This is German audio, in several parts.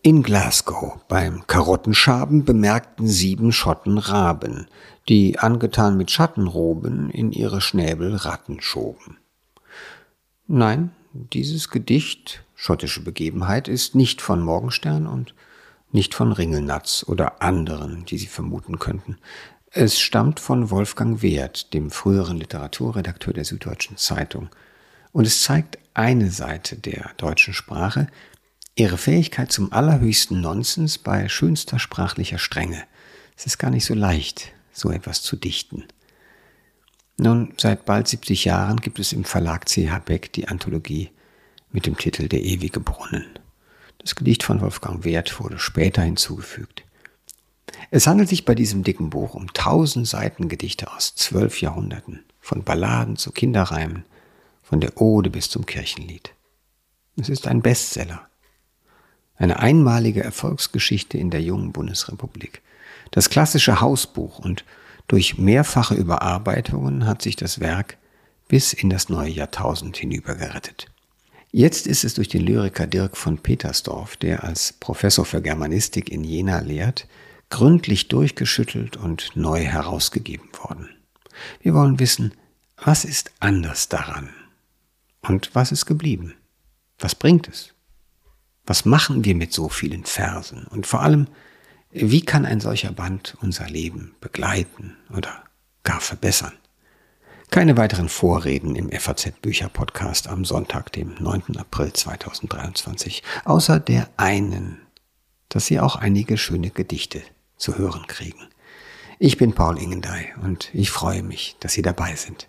In Glasgow beim Karottenschaben bemerkten 7 Schotten Raben, die angetan mit Schattenroben in ihre Schnäbel Ratten schoben. Nein, dieses Gedicht, schottische Begebenheit, ist nicht von Morgenstern und nicht von Ringelnatz oder anderen, die Sie vermuten könnten. Es stammt von Wolfgang Werth, dem früheren Literaturredakteur der Süddeutschen Zeitung. Und es zeigt eine Seite der deutschen Sprache, ihre Fähigkeit zum allerhöchsten Nonsens bei schönster sprachlicher Strenge. Es ist gar nicht so leicht, so etwas zu dichten. Nun, seit bald 70 Jahren gibt es im Verlag C.H. Beck die Anthologie mit dem Titel Der ewige Brunnen. Das Gedicht von Wolfgang Werth wurde später hinzugefügt. Es handelt sich bei diesem dicken Buch um 1000 Seiten Gedichte aus 12 Jahrhunderten, von Balladen zu Kinderreimen, von der Ode bis zum Kirchenlied. Es ist ein Bestseller. Eine einmalige Erfolgsgeschichte in der jungen Bundesrepublik. Das klassische Hausbuch, und durch mehrfache Überarbeitungen hat sich das Werk bis in das neue Jahrtausend hinüber gerettet. Jetzt ist es durch den Lyriker Dirk von Petersdorf, der als Professor für Germanistik in Jena lehrt, gründlich durchgeschüttelt und neu herausgegeben worden. Wir wollen wissen, was ist anders daran? Und was ist geblieben? Was bringt es? Was machen wir mit so vielen Versen? Und vor allem, wie kann ein solcher Band unser Leben begleiten oder gar verbessern? Keine weiteren Vorreden im FAZ-Bücher-Podcast am Sonntag, dem 9. April 2023, außer der einen, dass Sie auch einige schöne Gedichte zu hören kriegen. Ich bin Paul Ingendey und ich freue mich, dass Sie dabei sind.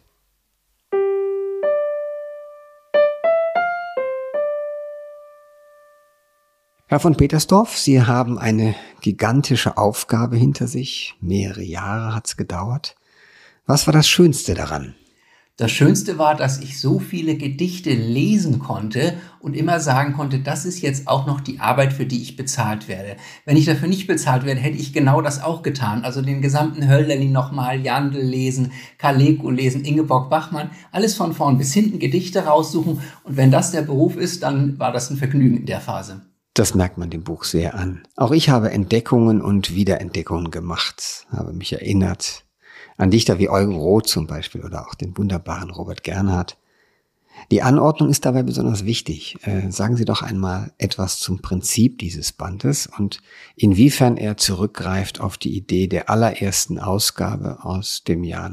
Herr von Petersdorf, Sie haben eine gigantische Aufgabe hinter sich. Mehrere Jahre hat es gedauert. Was war das Schönste daran? Das Schönste war, dass ich so viele Gedichte lesen konnte und immer sagen konnte, das ist jetzt auch noch die Arbeit, für die ich bezahlt werde. Wenn ich dafür nicht bezahlt werde, hätte ich genau das auch getan. Also den gesamten Hölderlin nochmal, Jandl lesen, Kaleko lesen, Ingeborg Bachmann, alles von vorn bis hinten Gedichte raussuchen. Und wenn das der Beruf ist, dann war das ein Vergnügen in der Phase. Das merkt man dem Buch sehr an. Auch ich habe Entdeckungen und Wiederentdeckungen gemacht, habe mich erinnert an Dichter wie Eugen Roth zum Beispiel oder auch den wunderbaren Robert Gernhardt. Die Anordnung ist dabei besonders wichtig. Sagen Sie doch einmal etwas zum Prinzip dieses Bandes und inwiefern er zurückgreift auf die Idee der allerersten Ausgabe aus dem Jahr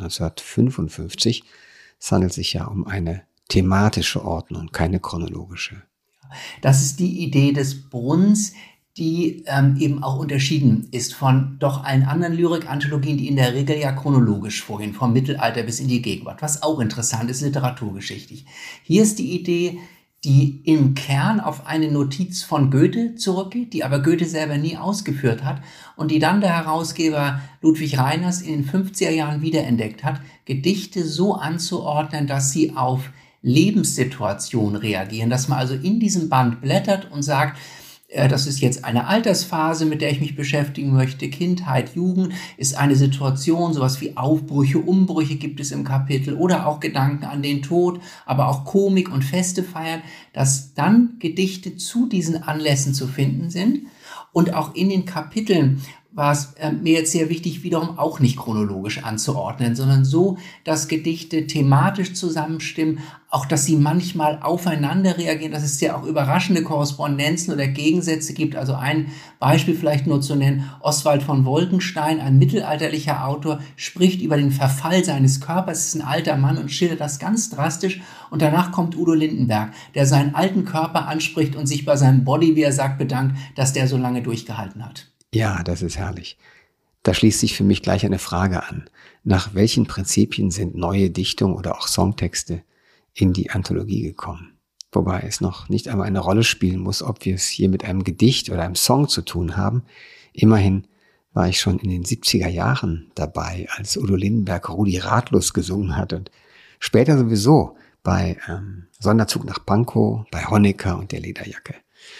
1955. Es handelt sich ja um eine thematische Ordnung, keine chronologische. Das ist die Idee des Brunnens, die eben auch unterschieden ist von doch allen anderen Lyrik-Anthologien, die in der Regel ja chronologisch vorgehen, vom Mittelalter bis in die Gegenwart, was auch interessant ist, literaturgeschichtlich. Hier ist die Idee, die im Kern auf eine Notiz von Goethe zurückgeht, die aber Goethe selber nie ausgeführt hat und die dann der Herausgeber Ludwig Reiners in den 50er Jahren wiederentdeckt hat, Gedichte so anzuordnen, dass sie auf Lebenssituation reagieren, dass man also in diesem Band blättert und sagt, das ist jetzt eine Altersphase, mit der ich mich beschäftigen möchte. Kindheit, Jugend ist eine Situation, sowas wie Aufbrüche, Umbrüche gibt es im Kapitel oder auch Gedanken an den Tod, aber auch Komik und Feste feiern, dass dann Gedichte zu diesen Anlässen zu finden sind. Und auch in den Kapiteln war es mir jetzt sehr wichtig, wiederum auch nicht chronologisch anzuordnen, sondern so, dass Gedichte thematisch zusammenstimmen, auch dass sie manchmal aufeinander reagieren, dass es ja auch überraschende Korrespondenzen oder Gegensätze gibt. Also ein Beispiel vielleicht nur zu nennen, Oswald von Wolkenstein, ein mittelalterlicher Autor, spricht über den Verfall seines Körpers, ist ein alter Mann und schildert das ganz drastisch. Und danach kommt Udo Lindenberg, der seinen alten Körper anspricht und sich bei seinem Body, wie er sagt, bedankt, dass der so lange durchgehalten hat. Ja, das ist herrlich. Da schließt sich für mich gleich eine Frage an. Nach welchen Prinzipien sind neue Dichtungen oder auch Songtexte in die Anthologie gekommen? Wobei es noch nicht einmal eine Rolle spielen muss, ob wir es hier mit einem Gedicht oder einem Song zu tun haben. Immerhin war ich schon in den 70er Jahren dabei, als Udo Lindenberg Rudi Ratlos gesungen hat und später sowieso bei Sonderzug nach Pankow, bei Honecker und der Lederjacke.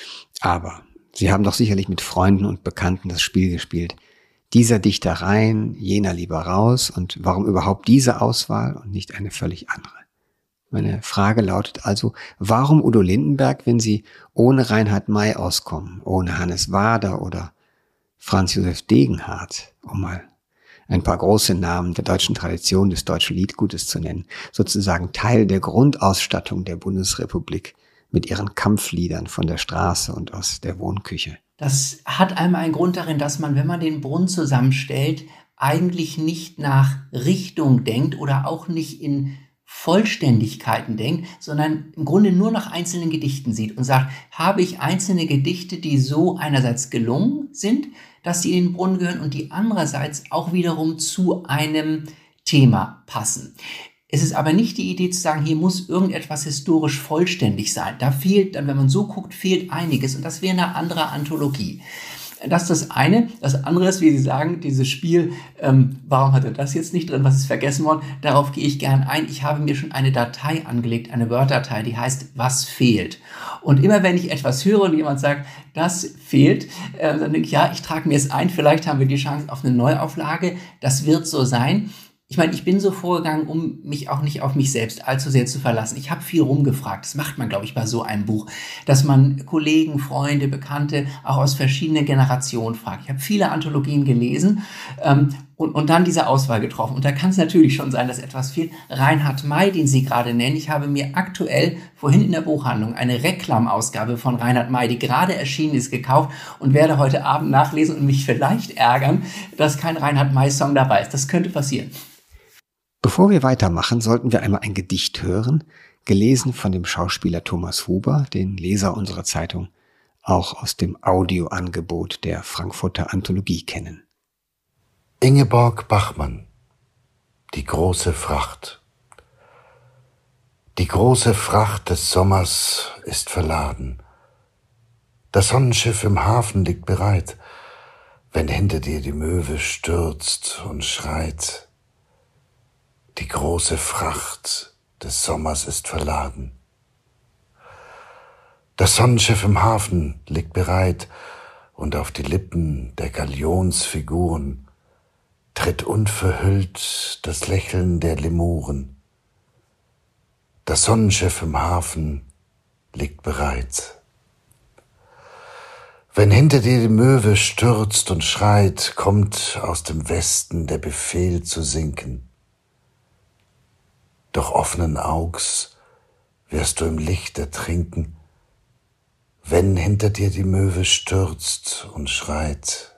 Aber Sie haben doch sicherlich mit Freunden und Bekannten das Spiel gespielt. Dieser Dichter rein, jener lieber raus und warum überhaupt diese Auswahl und nicht eine völlig andere? Meine Frage lautet also, warum Udo Lindenberg, wenn Sie ohne Reinhard May auskommen, ohne Hannes Wader oder Franz Josef Degenhardt, um mal ein paar große Namen der deutschen Tradition des deutschen Liedgutes zu nennen, sozusagen Teil der Grundausstattung der Bundesrepublik mit ihren Kampfliedern von der Straße und aus der Wohnküche. Das hat einmal einen Grund darin, dass man, wenn man den Brunnen zusammenstellt, eigentlich nicht nach Richtung denkt oder auch nicht in Vollständigkeiten denkt, sondern im Grunde nur nach einzelnen Gedichten sieht und sagt, habe ich einzelne Gedichte, die so einerseits gelungen sind, dass sie in den Brunnen gehören und die andererseits auch wiederum zu einem Thema passen. Es ist aber nicht die Idee zu sagen, hier muss irgendetwas historisch vollständig sein. Da fehlt dann, wenn man so guckt, fehlt einiges und das wäre eine andere Anthologie. Das ist das eine. Das andere ist, wie Sie sagen, dieses Spiel, warum hat er das jetzt nicht drin, was ist vergessen worden? Darauf gehe ich gern ein. Ich habe mir schon eine Datei angelegt, eine Word-Datei, die heißt, was fehlt? Und immer wenn ich etwas höre und jemand sagt, das fehlt, dann denke ich, ja, ich trage mir es ein, vielleicht haben wir die Chance auf eine Neuauflage. Das wird so sein. Ich meine, ich bin so vorgegangen, um mich auch nicht auf mich selbst allzu sehr zu verlassen. Ich habe viel rumgefragt. Das macht man, glaube ich, bei so einem Buch, dass man Kollegen, Freunde, Bekannte auch aus verschiedenen Generationen fragt. Ich habe viele Anthologien gelesen und dann diese Auswahl getroffen. Und da kann es natürlich schon sein, dass etwas fehlt. Reinhard May, den Sie gerade nennen, ich habe mir aktuell vorhin in der Buchhandlung eine Reklamausgabe von Reinhard May, die gerade erschienen ist, gekauft und werde heute Abend nachlesen und mich vielleicht ärgern, dass kein Reinhard May-Song dabei ist. Das könnte passieren. Bevor wir weitermachen, sollten wir einmal ein Gedicht hören, gelesen von dem Schauspieler Thomas Huber, den Leser unserer Zeitung auch aus dem Audioangebot der Frankfurter Anthologie kennen. Ingeborg Bachmann, die große Fracht. Die große Fracht des Sommers ist verladen. Das Sonnenschiff im Hafen liegt bereit, wenn hinter dir die Möwe stürzt und schreit. Die große Fracht des Sommers ist verladen. Das Sonnenschiff im Hafen liegt bereit und auf die Lippen der Galionsfiguren tritt unverhüllt das Lächeln der Lemuren. Das Sonnenschiff im Hafen liegt bereit. Wenn hinter dir die Möwe stürzt und schreit, kommt aus dem Westen der Befehl zu sinken. Doch offenen Augs wirst du im Licht ertrinken, wenn hinter dir die Möwe stürzt und schreit.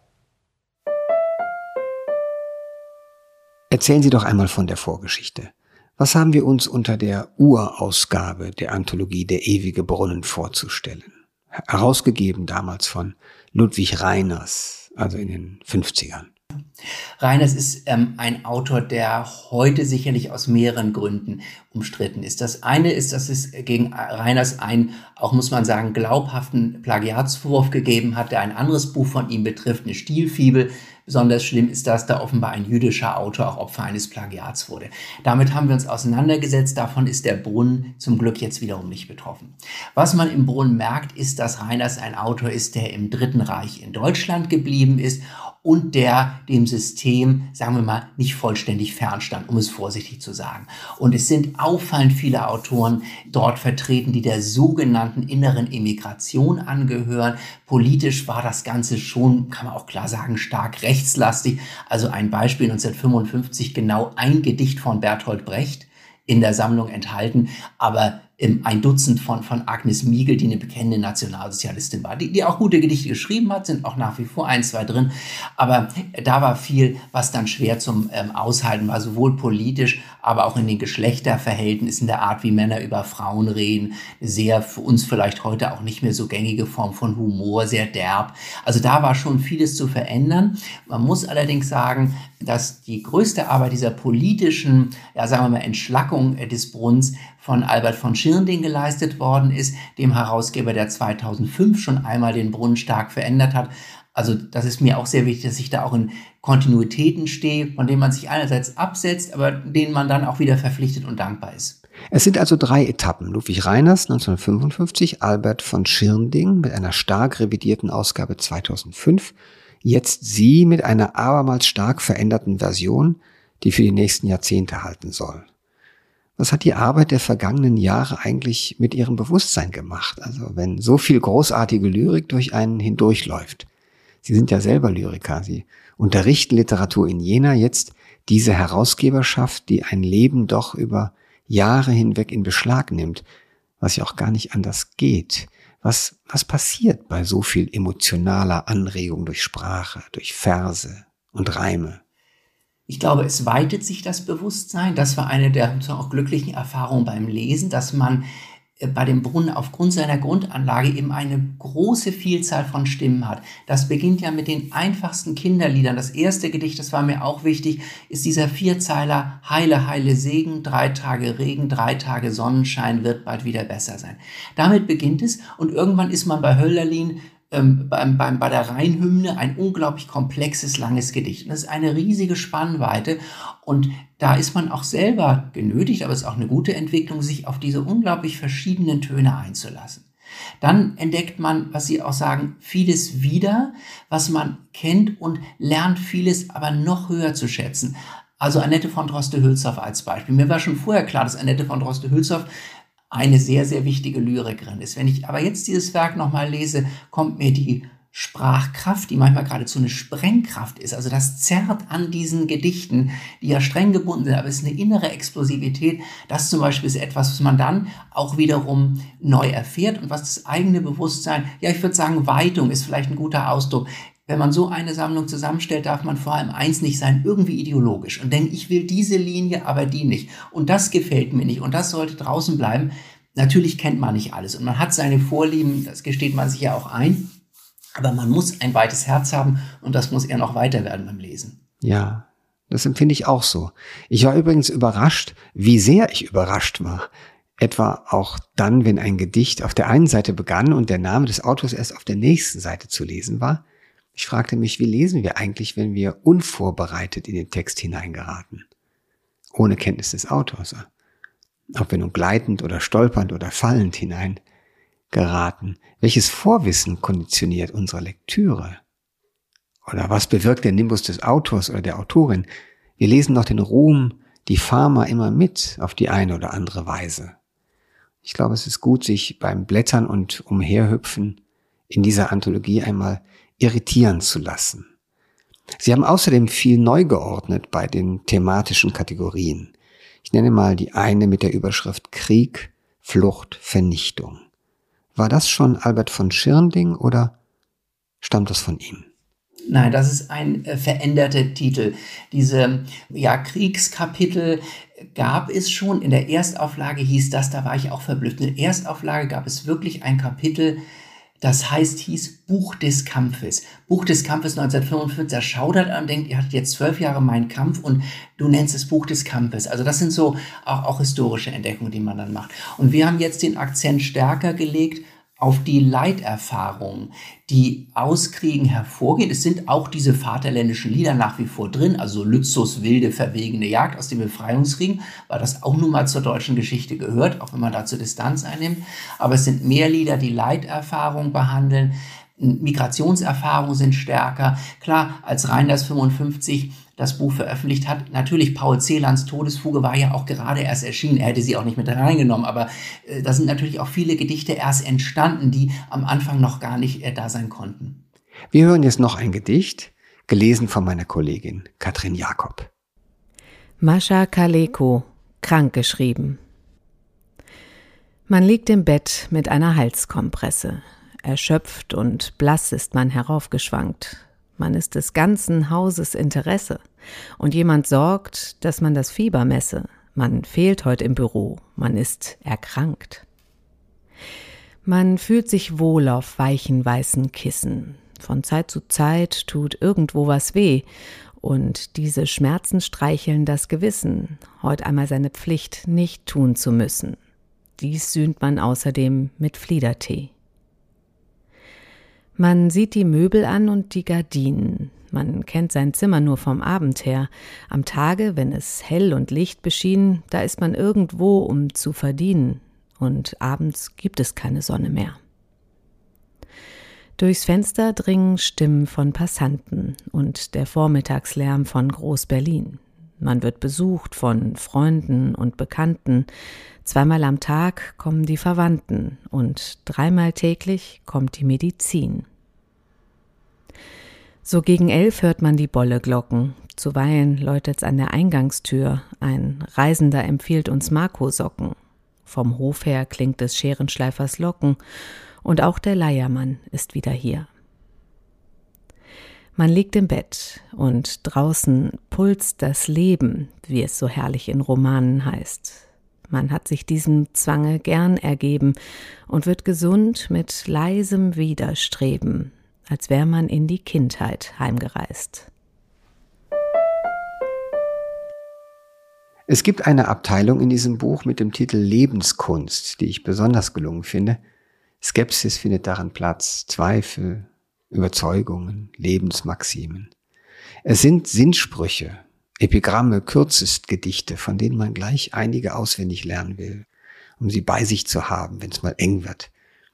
Erzählen Sie doch einmal von der Vorgeschichte. Was haben wir uns unter der Urausgabe der Anthologie Der ewige Brunnen vorzustellen? Herausgegeben damals von Ludwig Reiners, also in den 50ern. Reiners ist ein Autor, der heute sicherlich aus mehreren Gründen umstritten ist. Das eine ist, dass es gegen Reiners einen, auch muss man sagen, glaubhaften Plagiatsvorwurf gegeben hat, der ein anderes Buch von ihm betrifft, eine Stilfibel. Besonders schlimm ist, dass da offenbar ein jüdischer Autor auch Opfer eines Plagiats wurde. Damit haben wir uns auseinandergesetzt. Davon ist der Brunnen zum Glück jetzt wiederum nicht betroffen. Was man im Brunnen merkt, ist, dass Reiners ein Autor ist, der im Dritten Reich in Deutschland geblieben ist und der dem System, sagen wir mal, nicht vollständig fernstand, um es vorsichtig zu sagen. Und es sind auffallend viele Autoren dort vertreten, die der sogenannten inneren Emigration angehören. Politisch war das Ganze schon, kann man auch klar sagen, stark rechtslastig. Also ein Beispiel 1955, genau ein Gedicht von Bertolt Brecht in der Sammlung enthalten, aber ein Dutzend von Agnes Miegel, die eine bekennende Nationalsozialistin war, die auch gute Gedichte geschrieben hat, sind auch nach wie vor 1, 2 drin, aber da war viel, was dann schwer zum Aushalten war, sowohl politisch, aber auch in den Geschlechterverhältnissen, der Art, wie Männer über Frauen reden, sehr für uns vielleicht heute auch nicht mehr so gängige Form von Humor, sehr derb. Also da war schon vieles zu verändern. Man muss allerdings sagen, dass die größte Arbeit dieser politischen, ja sagen wir mal, Entschlackung des Brunnens von Albert von Schirnding geleistet worden ist, dem Herausgeber, der 2005 schon einmal den Brunnen stark verändert hat. Also das ist mir auch sehr wichtig, dass ich da auch in Kontinuitäten stehe, von denen man sich einerseits absetzt, aber denen man dann auch wieder verpflichtet und dankbar ist. Es sind also 3 Etappen. Ludwig Reiners 1955, Albert von Schirnding mit einer stark revidierten Ausgabe 2005, jetzt Sie mit einer abermals stark veränderten Version, die für die nächsten Jahrzehnte halten soll. Was hat die Arbeit der vergangenen Jahre eigentlich mit ihrem Bewusstsein gemacht? Also wenn so viel großartige Lyrik durch einen hindurchläuft. Sie sind ja selber Lyriker. Sie unterrichten Literatur in Jena, jetzt diese Herausgeberschaft, die ein Leben doch über Jahre hinweg in Beschlag nimmt, was ja auch gar nicht anders geht. Was passiert bei so viel emotionaler Anregung durch Sprache, durch Verse und Reime? Ich glaube, es weitet sich das Bewusstsein. Das war eine der auch glücklichen Erfahrungen beim Lesen, dass man bei dem Brunnen aufgrund seiner Grundanlage eben eine große Vielzahl von Stimmen hat. Das beginnt ja mit den einfachsten Kinderliedern. Das erste Gedicht, das war mir auch wichtig, ist dieser Vierzeiler: Heile, heile Segen, 3 Tage Regen, 3 Tage Sonnenschein, wird bald wieder besser sein. Damit beginnt es und irgendwann ist man bei Hölderlin bei der Rheinhymne ein unglaublich komplexes, langes Gedicht. Und das ist eine riesige Spannweite und da ist man auch selber genötigt, aber es ist auch eine gute Entwicklung, sich auf diese unglaublich verschiedenen Töne einzulassen. Dann entdeckt man, was Sie auch sagen, vieles wieder, was man kennt und lernt vieles aber noch höher zu schätzen. Also Annette von Droste-Hülshoff als Beispiel. Mir war schon vorher klar, dass Annette von Droste-Hülshoff eine sehr, sehr wichtige Lyrikerin ist. Wenn ich aber jetzt dieses Werk nochmal lese, kommt mir die Sprachkraft, die manchmal geradezu eine Sprengkraft ist. Also das zerrt an diesen Gedichten, die ja streng gebunden sind, aber es ist eine innere Explosivität. Das zum Beispiel ist etwas, was man dann auch wiederum neu erfährt und was das eigene Bewusstsein, ja, ich würde sagen, Weitung ist vielleicht ein guter Ausdruck. Wenn man so eine Sammlung zusammenstellt, darf man vor allem eins nicht sein, irgendwie ideologisch und denken, ich will diese Linie, aber die nicht. Und das gefällt mir nicht und das sollte draußen bleiben. Natürlich kennt man nicht alles und man hat seine Vorlieben, das gesteht man sich ja auch ein. Aber man muss ein weites Herz haben und das muss eher noch weiter werden beim Lesen. Ja, das empfinde ich auch so. Ich war übrigens überrascht, wie sehr ich überrascht war. Etwa auch dann, wenn ein Gedicht auf der einen Seite begann und der Name des Autors erst auf der nächsten Seite zu lesen war. Ich fragte mich, wie lesen wir eigentlich, wenn wir unvorbereitet in den Text hineingeraten? Ohne Kenntnis des Autors. Ob wir nun gleitend oder stolpernd oder fallend hineingeraten. Welches Vorwissen konditioniert unsere Lektüre? Oder was bewirkt der Nimbus des Autors oder der Autorin? Wir lesen doch den Ruhm, die Fama immer mit auf die eine oder andere Weise. Ich glaube, es ist gut, sich beim Blättern und Umherhüpfen in dieser Anthologie einmal irritieren zu lassen. Sie haben außerdem viel neu geordnet bei den thematischen Kategorien. Ich nenne mal die eine mit der Überschrift Krieg, Flucht, Vernichtung. War das schon Albert von Schirnding oder stammt das von Ihnen? Nein, das ist ein veränderter Titel. Diese Kriegskapitel gab es schon. In der Erstauflage hieß das, da war ich auch verblüfft. In der Erstauflage gab es wirklich ein Kapitel, das hieß Buch des Kampfes. Buch des Kampfes 1945, er schaudert an und denkt, ihr hattet jetzt 12 Jahre Mein Kampf und du nennst es Buch des Kampfes. Also das sind so auch historische Entdeckungen, die man dann macht. Und wir haben jetzt den Akzent stärker gelegt auf die Leiterfahrungen, die aus Kriegen hervorgehen. Es sind auch diese vaterländischen Lieder nach wie vor drin, also Lützow's wilde, verwegene Jagd aus dem Befreiungskrieg, weil das auch nun mal zur deutschen Geschichte gehört, auch wenn man dazu Distanz einnimmt. Aber es sind mehr Lieder, die Leiterfahrung behandeln. Migrationserfahrungen sind stärker. Klar, als Reiners 55 das Buch veröffentlicht hat, natürlich Paul Celans Todesfuge war ja auch gerade erst erschienen. Er hätte sie auch nicht mit reingenommen, aber da sind natürlich auch viele Gedichte erst entstanden, die am Anfang noch gar nicht da sein konnten. Wir hören jetzt noch ein Gedicht, gelesen von meiner Kollegin Katrin Jakob. Mascha Kaleko, krankgeschrieben. Man liegt im Bett mit einer Halskompresse. Erschöpft und blass ist man heraufgeschwankt. Man ist des ganzen Hauses Interesse. Und jemand sorgt, dass man das Fieber messe. Man fehlt heute im Büro. Man ist erkrankt. Man fühlt sich wohl auf weichen, weißen Kissen. Von Zeit zu Zeit tut irgendwo was weh. Und diese Schmerzen streicheln das Gewissen, heute einmal seine Pflicht nicht tun zu müssen. Dies sühnt man außerdem mit Fliedertee. Man sieht die Möbel an und die Gardinen. Man kennt sein Zimmer nur vom Abend her. Am Tage, wenn es hell und Licht beschien, da ist man irgendwo, um zu verdienen. Und abends gibt es keine Sonne mehr. Durchs Fenster dringen Stimmen von Passanten und der Vormittagslärm von Groß-Berlin. Man wird besucht von Freunden und Bekannten. 2-mal am Tag kommen die Verwandten und 3-mal täglich kommt die Medizin. So gegen 11 hört man die Bolleglocken. Zuweilen läutet's an der Eingangstür. Ein Reisender empfiehlt uns Markosocken. Vom Hof her klingt des Scherenschleifers Locken. Und auch der Leiermann ist wieder hier. Man liegt im Bett und draußen pulst das Leben, wie es so herrlich in Romanen heißt. Man hat sich diesem Zwange gern ergeben und wird gesund mit leisem Widerstreben, als wäre man in die Kindheit heimgereist. Es gibt eine Abteilung in diesem Buch mit dem Titel Lebenskunst, die ich besonders gelungen finde. Skepsis findet darin Platz, Zweifel, Überzeugungen, Lebensmaximen. Es sind Sinnsprüche, Epigramme, Kürzestgedichte, von denen man gleich einige auswendig lernen will, um sie bei sich zu haben, wenn es mal eng wird.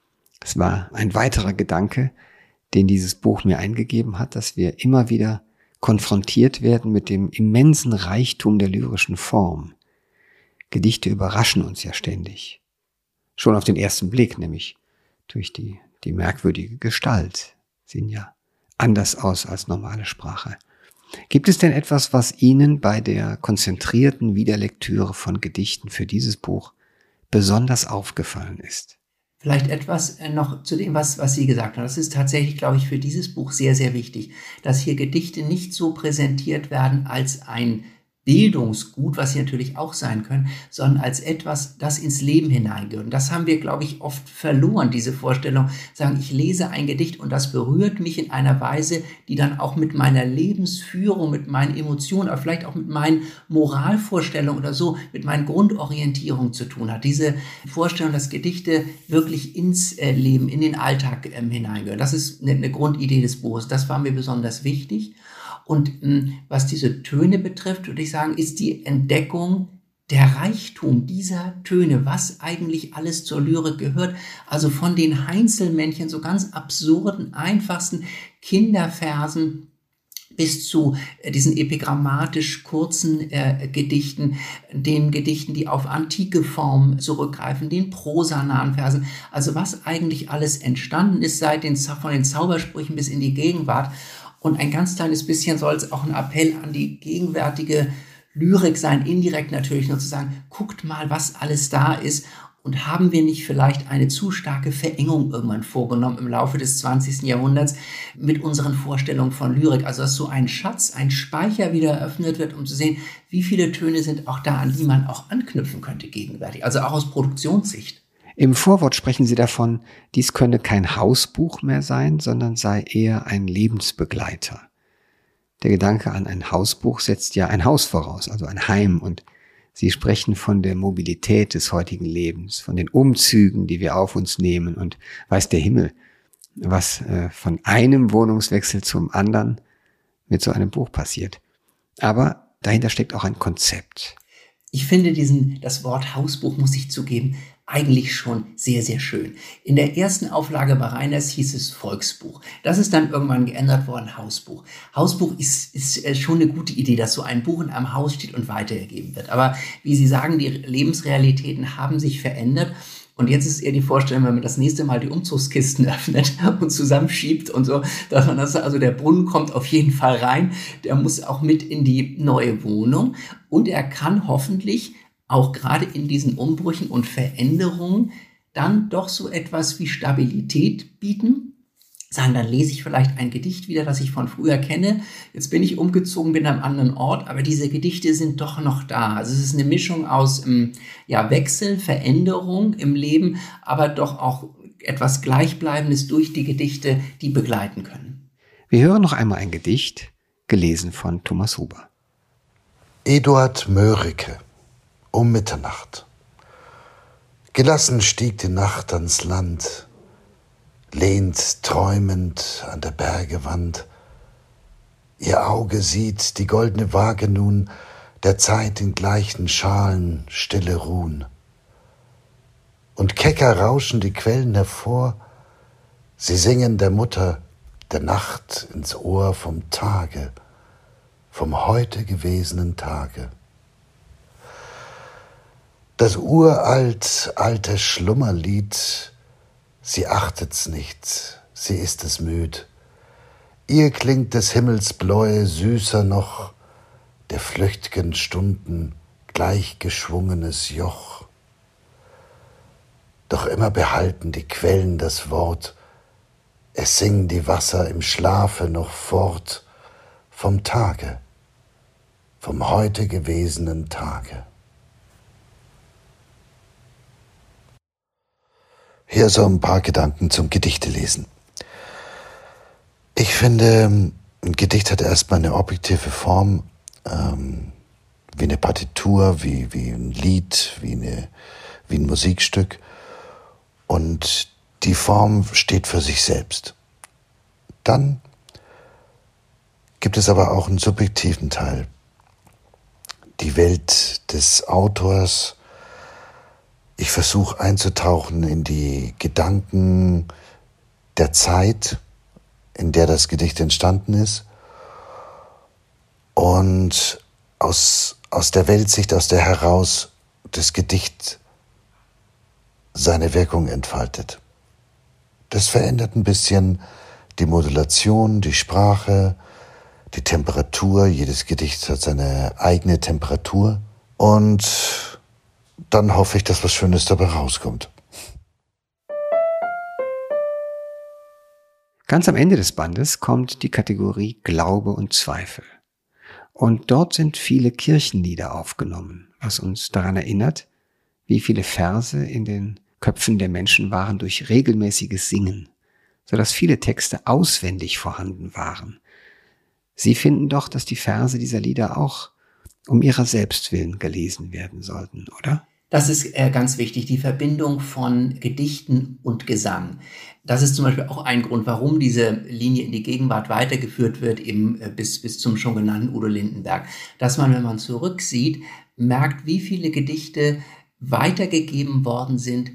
Es war ein weiterer Gedanke, den dieses Buch mir eingegeben hat, dass wir immer wieder konfrontiert werden mit dem immensen Reichtum der lyrischen Form. Gedichte überraschen uns ja ständig. Schon auf den ersten Blick, nämlich durch die merkwürdige Gestalt. Sehen ja anders aus als normale Sprache. Gibt es denn etwas, was Ihnen bei der konzentrierten Wiederlektüre von Gedichten für dieses Buch besonders aufgefallen ist? Vielleicht etwas noch zu dem, was Sie gesagt haben. Das ist tatsächlich, glaube ich, für dieses Buch sehr, sehr wichtig, dass hier Gedichte nicht so präsentiert werden als ein Bildungsgut, was sie natürlich auch sein können, sondern als etwas, das ins Leben hineingehört. Und das haben wir, glaube ich, oft verloren, diese Vorstellung, sagen, ich lese ein Gedicht und das berührt mich in einer Weise, die dann auch mit meiner Lebensführung, mit meinen Emotionen, aber vielleicht auch mit meinen Moralvorstellungen oder so, mit meinen Grundorientierungen zu tun hat. Diese Vorstellung, dass Gedichte wirklich ins Leben, in den Alltag hineingehören. Das ist eine Grundidee des Buches. Das war mir besonders wichtig. Und was diese Töne betrifft, würde ich sagen, ist die Entdeckung der Reichtum dieser Töne, was eigentlich alles zur Lyrik gehört. Also von den Heinzelmännchen, so ganz absurden, einfachsten Kinderversen bis zu diesen epigrammatisch kurzen Gedichten, den Gedichten, die auf antike Formen zurückgreifen, den prosanahen Versen. Also was eigentlich alles entstanden ist von den Zaubersprüchen bis in die Gegenwart. Und ein ganz kleines bisschen soll es auch ein Appell an die gegenwärtige Lyrik sein, indirekt natürlich nur zu sagen, guckt mal, was alles da ist. Und haben wir nicht vielleicht eine zu starke Verengung irgendwann vorgenommen im Laufe des 20. Jahrhunderts mit unseren Vorstellungen von Lyrik? Also dass so ein Schatz, ein Speicher wieder eröffnet wird, um zu sehen, wie viele Töne sind auch da, an die man auch anknüpfen könnte gegenwärtig. Also auch aus Produktionssicht. Im Vorwort sprechen Sie davon, dies könne kein Hausbuch mehr sein, sondern sei eher ein Lebensbegleiter. Der Gedanke an ein Hausbuch setzt ja ein Haus voraus, also ein Heim. Und Sie sprechen von der Mobilität des heutigen Lebens, von den Umzügen, die wir auf uns nehmen. Und weiß der Himmel, was von einem Wohnungswechsel zum anderen mit so einem Buch passiert. Aber dahinter steckt auch ein Konzept. Ich finde das Wort Hausbuch, muss ich zugeben, eigentlich schon sehr, sehr schön. In der ersten Auflage bei Reiners hieß es Volksbuch. Das ist dann irgendwann geändert worden, Hausbuch. Hausbuch ist schon eine gute Idee, dass so ein Buch in einem Haus steht und weitergegeben wird. Aber wie Sie sagen, die Lebensrealitäten haben sich verändert. Und jetzt ist eher die Vorstellung, wenn man das nächste Mal die Umzugskisten öffnet und zusammenschiebt und so, dass man also der Brunnen kommt auf jeden Fall rein. Der muss auch mit in die neue Wohnung. Und er kann hoffentlich auch gerade in diesen Umbrüchen und Veränderungen dann doch so etwas wie Stabilität bieten. Sagen, dann lese ich vielleicht ein Gedicht wieder, das ich von früher kenne. Jetzt bin ich umgezogen, bin am anderen Ort, aber diese Gedichte sind doch noch da. Also es ist eine Mischung aus Wechsel, Veränderung im Leben, aber doch auch etwas Gleichbleibendes durch die Gedichte, die begleiten können. Wir hören noch einmal ein Gedicht, gelesen von Thomas Huber. Eduard Mörike, um Mitternacht. Gelassen stieg die Nacht ans Land, lehnt träumend an der Berge Wand. Ihr Auge sieht die goldene Waage nun, der Zeit in gleichen Schalen stille ruhen. Und kecker rauschen die Quellen hervor, sie singen der Mutter der Nacht ins Ohr vom Tage. vom heute gewesenen Tage. Das alte Schlummerlied, sie achtet's nicht, sie ist es müd. Ihr klingt des Himmels Bläue süßer noch, der flücht'gen Stunden gleichgeschwungenes Joch. Doch immer behalten die Quellen das Wort, es singen die Wasser im Schlafe noch fort vom Tage, vom heute gewesenen Tage. Hier so ein paar Gedanken zum Gedichtelesen. Ich finde, ein Gedicht hat erstmal eine objektive Form, wie eine Partitur, wie ein Lied, wie ein Musikstück. Und die Form steht für sich selbst. Dann gibt es aber auch einen subjektiven Teil. Die Welt des Autors. Ich versuche einzutauchen in die Gedanken der Zeit, in der das Gedicht entstanden ist. Und aus der Weltsicht, aus der heraus das Gedicht seine Wirkung entfaltet. Das verändert ein bisschen die Modulation, die Sprache, die Temperatur. Jedes Gedicht hat seine eigene Temperatur. Und dann hoffe ich, dass was Schönes dabei rauskommt. Ganz am Ende des Bandes kommt die Kategorie Glaube und Zweifel. Und dort sind viele Kirchenlieder aufgenommen, was uns daran erinnert, wie viele Verse in den Köpfen der Menschen waren durch regelmäßiges Singen, sodass viele Texte auswendig vorhanden waren. Sie finden doch, dass die Verse dieser Lieder auch um ihrer selbst willen gelesen werden sollten, oder? Das ist ganz wichtig, die Verbindung von Gedichten und Gesang. Das ist zum Beispiel auch ein Grund, warum diese Linie in die Gegenwart weitergeführt wird, eben bis zum schon genannten Udo Lindenberg. Dass man, wenn man zurücksieht, merkt, wie viele Gedichte weitergegeben worden sind,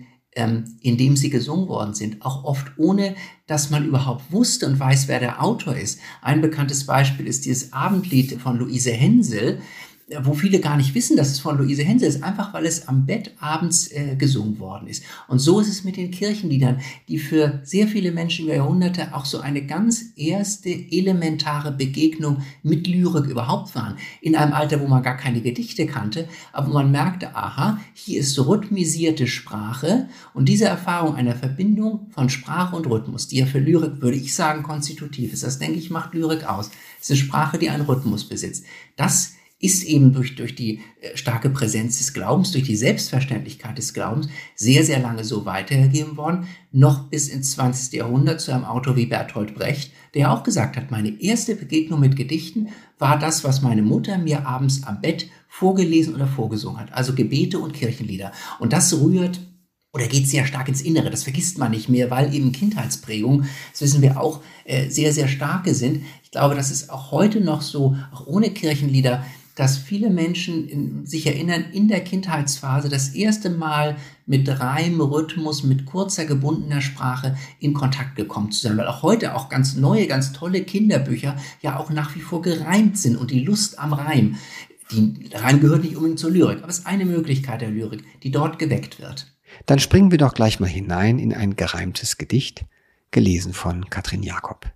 indem sie gesungen worden sind, auch oft ohne, dass man überhaupt wusste und weiß, wer der Autor ist. Ein bekanntes Beispiel ist dieses Abendlied von Luise Hensel, wo viele gar nicht wissen, dass es von Luise Hensel ist, einfach weil es am Bett abends gesungen worden ist. Und so ist es mit den Kirchenliedern, die für sehr viele Menschen über Jahrhunderte auch so eine ganz erste elementare Begegnung mit Lyrik überhaupt waren. In einem Alter, wo man gar keine Gedichte kannte, aber wo man merkte, aha, hier ist rhythmisierte Sprache, und diese Erfahrung einer Verbindung von Sprache und Rhythmus, die ja für Lyrik, würde ich sagen, konstitutiv ist, das, denke ich, macht Lyrik aus. Es ist eine Sprache, die einen Rhythmus besitzt. Das ist eben durch die starke Präsenz des Glaubens, durch die Selbstverständlichkeit des Glaubens sehr, sehr lange so weitergegeben worden, noch bis ins 20. Jahrhundert zu einem Autor wie Bertolt Brecht, der auch gesagt hat, meine erste Begegnung mit Gedichten war das, was meine Mutter mir abends am Bett vorgelesen oder vorgesungen hat, also Gebete und Kirchenlieder. Und das rührt oder geht sehr stark ins Innere, das vergisst man nicht mehr, weil eben Kindheitsprägungen, das wissen wir auch, sehr, sehr starke sind. Ich glaube, das ist auch heute noch so, auch ohne Kirchenlieder, dass viele Menschen sich erinnern, in der Kindheitsphase das erste Mal mit Reim, Rhythmus, mit kurzer, gebundener Sprache in Kontakt gekommen zu sein. Weil auch heute auch ganz neue, ganz tolle Kinderbücher ja auch nach wie vor gereimt sind und die Lust am Reim. Der Reim gehört nicht unbedingt zur Lyrik, aber es ist eine Möglichkeit der Lyrik, die dort geweckt wird. Dann springen wir doch gleich mal hinein in ein gereimtes Gedicht, gelesen von Katrin Jakob.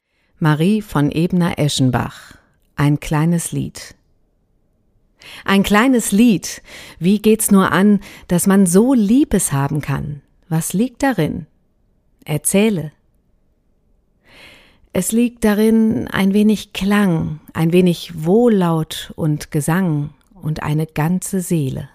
Marie von Ebner-Eschenbach. Ein kleines Lied. Ein kleines Lied. Wie geht's nur an, dass man so Liebes haben kann? Was liegt darin? Erzähle. Es liegt darin ein wenig Klang, ein wenig Wohllaut und Gesang und eine ganze Seele.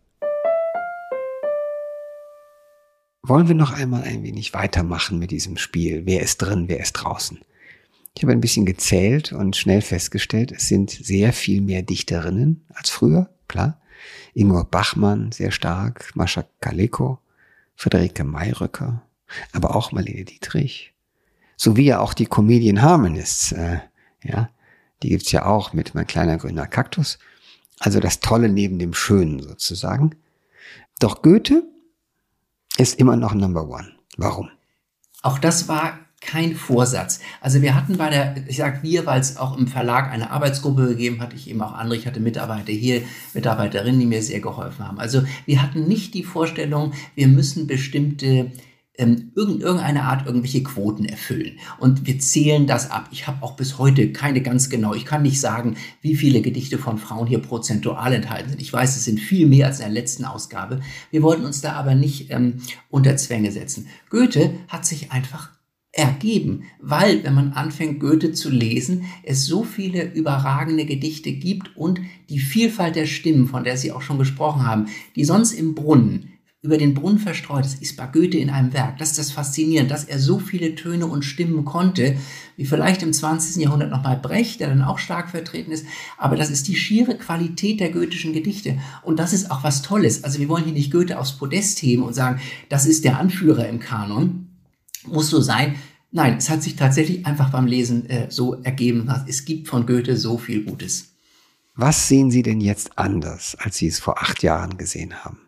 Wollen wir noch einmal ein wenig weitermachen mit diesem Spiel? Wer ist drin, wer ist draußen? Ich habe ein bisschen gezählt und schnell festgestellt, es sind sehr viel mehr Dichterinnen als früher, klar. Ingeborg Bachmann, sehr stark, Mascha Kaleko, Friederike Mayröcker, aber auch Marlene Dietrich. Sowie ja auch die Comedian Harmonists, die gibt's ja auch mit Mein kleiner grüner Kaktus. Also das Tolle neben dem Schönen sozusagen. Doch Goethe ist immer noch Number One. Warum? Auch das war kein Vorsatz. Also wir hatten ich sage wir, weil es auch im Verlag eine Arbeitsgruppe gegeben hat, ich eben auch andere, ich hatte Mitarbeiter hier, Mitarbeiterinnen, die mir sehr geholfen haben. Also wir hatten nicht die Vorstellung, wir müssen bestimmte irgendeine Art irgendwelche Quoten erfüllen. Und wir zählen das ab. Ich habe auch bis heute keine ganz genau, ich kann nicht sagen, wie viele Gedichte von Frauen hier prozentual enthalten sind. Ich weiß, es sind viel mehr als in der letzten Ausgabe. Wir wollten uns da aber nicht unter Zwänge setzen. Goethe hat sich einfach ergeben, weil, wenn man anfängt, Goethe zu lesen, es so viele überragende Gedichte gibt und die Vielfalt der Stimmen, von der Sie auch schon gesprochen haben, die sonst über den Brunnen verstreut ist bei Goethe in einem Werk. Das ist das Faszinierende, dass er so viele Töne und Stimmen konnte, wie vielleicht im 20. Jahrhundert nochmal Brecht, der dann auch stark vertreten ist. Aber das ist die schiere Qualität der goethischen Gedichte. Und das ist auch was Tolles. Also wir wollen hier nicht Goethe aufs Podest heben und sagen, das ist der Anführer im Kanon. Muss so sein. Nein, es hat sich tatsächlich einfach beim Lesen so ergeben. Es gibt von Goethe so viel Gutes. Was sehen Sie denn jetzt anders, als Sie es vor 8 Jahren gesehen haben?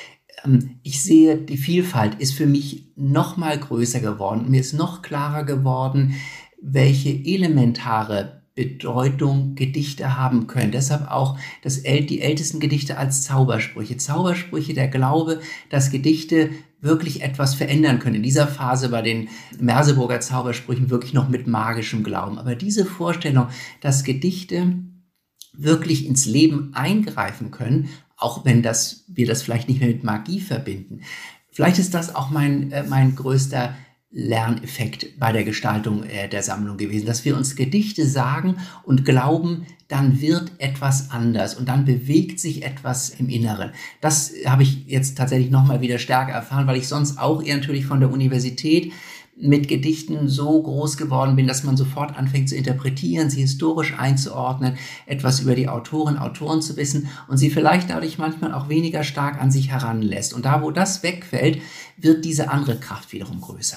Ich sehe, die Vielfalt ist für mich noch mal größer geworden. Mir ist noch klarer geworden, welche elementare Bedeutung Gedichte haben können. Deshalb auch die ältesten Gedichte als Zaubersprüche. Zaubersprüche, der Glaube, dass Gedichte wirklich etwas verändern können. In dieser Phase bei den Merseburger Zaubersprüchen wirklich noch mit magischem Glauben. Aber diese Vorstellung, dass Gedichte wirklich ins Leben eingreifen können, auch wenn wir das vielleicht nicht mehr mit Magie verbinden. Vielleicht ist das auch mein größter Lerneffekt bei der Gestaltung der Sammlung gewesen, dass wir uns Gedichte sagen und glauben, dann wird etwas anders und dann bewegt sich etwas im Inneren. Das habe ich jetzt tatsächlich nochmal wieder stärker erfahren, weil ich sonst auch eher natürlich von der Universität mit Gedichten so groß geworden bin, dass man sofort anfängt zu interpretieren, sie historisch einzuordnen, etwas über die Autoren zu wissen und sie vielleicht dadurch manchmal auch weniger stark an sich heranlässt. Und da, wo das wegfällt, wird diese andere Kraft wiederum größer.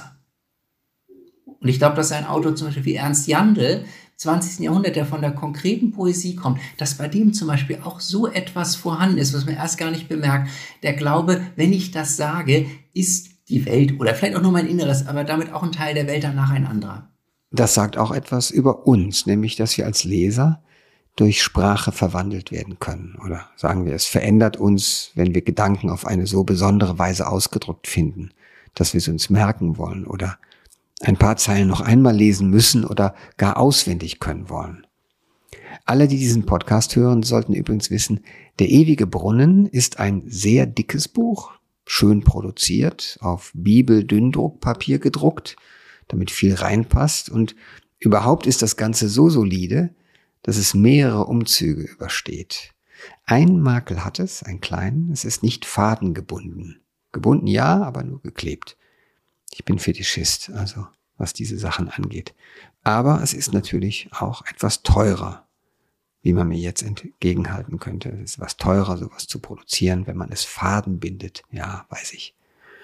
Und ich glaube, dass ein Autor zum Beispiel wie Ernst Jandl, 20. Jahrhundert, der von der konkreten Poesie kommt, dass bei dem zum Beispiel auch so etwas vorhanden ist, was man erst gar nicht bemerkt. Der Glaube, wenn ich das sage, ist die Welt oder vielleicht auch nur mein Inneres, aber damit auch ein Teil der Welt danach ein anderer. Das sagt auch etwas über uns, nämlich, dass wir als Leser durch Sprache verwandelt werden können. Oder sagen wir, es verändert uns, wenn wir Gedanken auf eine so besondere Weise ausgedrückt finden, dass wir sie uns merken wollen oder ein paar Zeilen noch einmal lesen müssen oder gar auswendig können wollen. Alle, die diesen Podcast hören, sollten übrigens wissen, Der ewige Brunnen ist ein sehr dickes Buch, schön produziert, auf Bibeldünndruckpapier gedruckt, damit viel reinpasst und überhaupt ist das Ganze so solide, dass es mehrere Umzüge übersteht. Ein Makel hat es, einen kleinen, es ist nicht fadengebunden. Gebunden ja, aber nur geklebt. Ich bin Fetischist, also was diese Sachen angeht. Aber es ist natürlich auch etwas teurer, wie man mir jetzt entgegenhalten könnte. Es ist was teurer, sowas zu produzieren, wenn man es Faden bindet. Ja, weiß ich.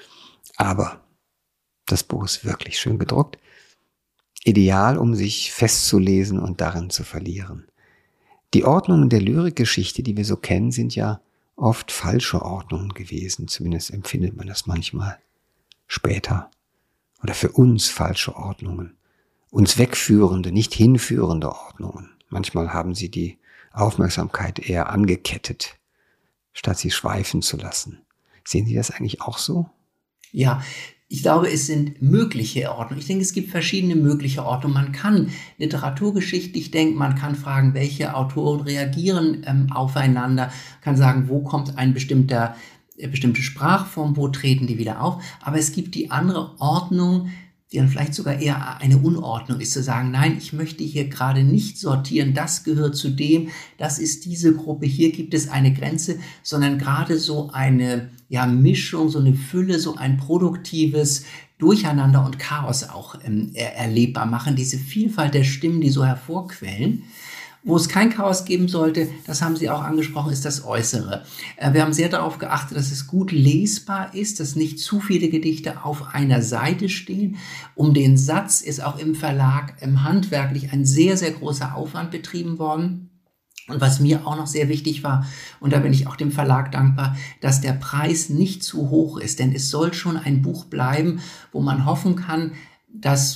Aber das Buch ist wirklich schön gedruckt. Ideal, um sich festzulesen und darin zu verlieren. Die Ordnungen der Lyrikgeschichte, die wir so kennen, sind ja oft falsche Ordnungen gewesen. Zumindest empfindet man das manchmal später. Oder für uns falsche Ordnungen. Uns wegführende, nicht hinführende Ordnungen. Manchmal haben sie die Aufmerksamkeit eher angekettet, statt sie schweifen zu lassen. Sehen Sie das eigentlich auch so? Ja, ich glaube, es sind mögliche Ordnungen. Ich denke, es gibt verschiedene mögliche Ordnungen. Man kann literaturgeschichtlich denken, man kann fragen, welche Autoren reagieren aufeinander, kann sagen, wo kommt eine bestimmte Sprachform, wo treten die wieder auf. Aber es gibt die andere Ordnung, die dann vielleicht sogar eher eine Unordnung ist, zu sagen, nein, ich möchte hier gerade nicht sortieren, das gehört zu dem, das ist diese Gruppe, hier gibt es eine Grenze, sondern gerade so eine Mischung, so eine Fülle, so ein produktives Durcheinander und Chaos auch erlebbar machen, diese Vielfalt der Stimmen, die so hervorquellen. Wo es kein Chaos geben sollte, das haben Sie auch angesprochen, ist das Äußere. Wir haben sehr darauf geachtet, dass es gut lesbar ist, dass nicht zu viele Gedichte auf einer Seite stehen. Um den Satz ist auch im Verlag handwerklich ein sehr, sehr großer Aufwand betrieben worden. Und was mir auch noch sehr wichtig war, und da bin ich auch dem Verlag dankbar, dass der Preis nicht zu hoch ist. Denn es soll schon ein Buch bleiben, wo man hoffen kann, dass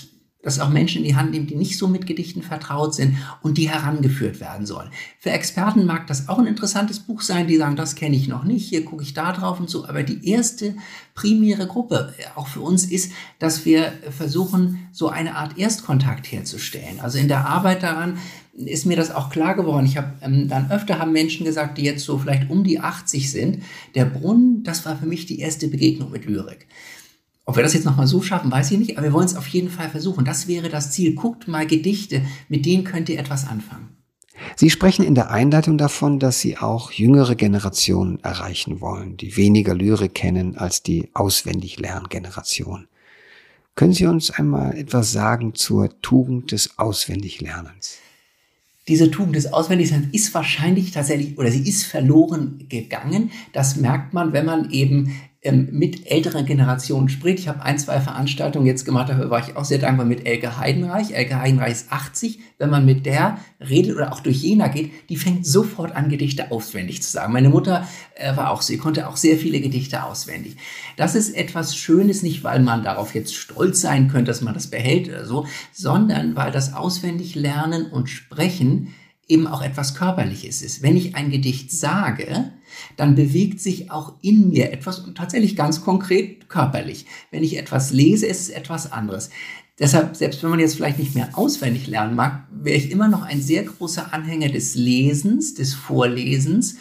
dass auch Menschen in die Hand nehmen, die nicht so mit Gedichten vertraut sind und die herangeführt werden sollen. Für Experten mag das auch ein interessantes Buch sein, die sagen, das kenne ich noch nicht, hier gucke ich da drauf und so. Aber die erste primäre Gruppe, auch für uns, ist, dass wir versuchen, so eine Art Erstkontakt herzustellen. Also in der Arbeit daran ist mir das auch klar geworden. Ich habe dann öfter haben Menschen gesagt, die jetzt so vielleicht um die 80 sind, der Brunnen, das war für mich die erste Begegnung mit Lyrik. Ob wir das jetzt nochmal so schaffen, weiß ich nicht, aber wir wollen es auf jeden Fall versuchen. Das wäre das Ziel. Guckt mal Gedichte, mit denen könnt ihr etwas anfangen. Sie sprechen in der Einleitung davon, dass Sie auch jüngere Generationen erreichen wollen, die weniger Lyrik kennen als die Auswendiglerngeneration. Können Sie uns einmal etwas sagen zur Tugend des Auswendiglernens? Diese Tugend des Auswendiglernens ist wahrscheinlich tatsächlich, oder sie ist verloren gegangen. Das merkt man, wenn man eben mit älteren Generationen spricht. Ich habe 1, 2 Veranstaltungen jetzt gemacht, dafür war ich auch sehr dankbar, mit Elke Heidenreich. Elke Heidenreich ist 80. Wenn man mit der redet oder auch durch Jena geht, die fängt sofort an, Gedichte auswendig zu sagen. Meine Mutter war auch so, sie konnte auch sehr viele Gedichte auswendig. Das ist etwas Schönes, nicht weil man darauf jetzt stolz sein könnte, dass man das behält oder so, sondern weil das Auswendiglernen und Sprechen eben auch etwas Körperliches ist. Wenn ich ein Gedicht sage, dann bewegt sich auch in mir etwas und tatsächlich ganz konkret körperlich. Wenn ich etwas lese, ist es etwas anderes. Deshalb, selbst wenn man jetzt vielleicht nicht mehr auswendig lernen mag, wäre ich immer noch ein sehr großer Anhänger des Lesens, des Vorlesens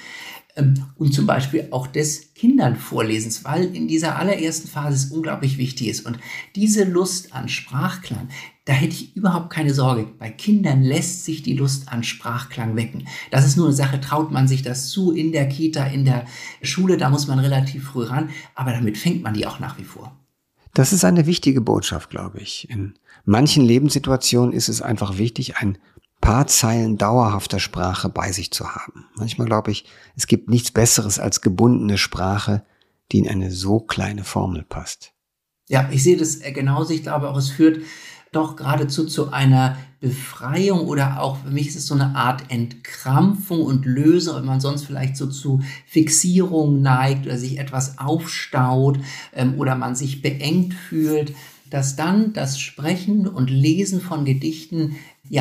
und zum Beispiel auch des Kindernvorlesens, weil in dieser allerersten Phase es unglaublich wichtig ist. Und diese Lust an Sprachklang, da hätte ich überhaupt keine Sorge. Bei Kindern lässt sich die Lust an Sprachklang wecken. Das ist nur eine Sache, traut man sich das zu in der Kita, in der Schule, da muss man relativ früh ran, aber damit fängt man die auch nach wie vor. Das ist eine wichtige Botschaft, glaube ich. In manchen Lebenssituationen ist es einfach wichtig, ein paar Zeilen dauerhafter Sprache bei sich zu haben. Manchmal glaube ich, es gibt nichts Besseres als gebundene Sprache, die in eine so kleine Formel passt. Ja, ich sehe das genauso. Ich glaube auch, es führt doch geradezu zu einer Befreiung oder auch für mich ist es so eine Art Entkrampfung und Lösung, wenn man sonst vielleicht so zu Fixierung neigt oder sich etwas aufstaut oder man sich beengt fühlt, dass dann das Sprechen und Lesen von Gedichten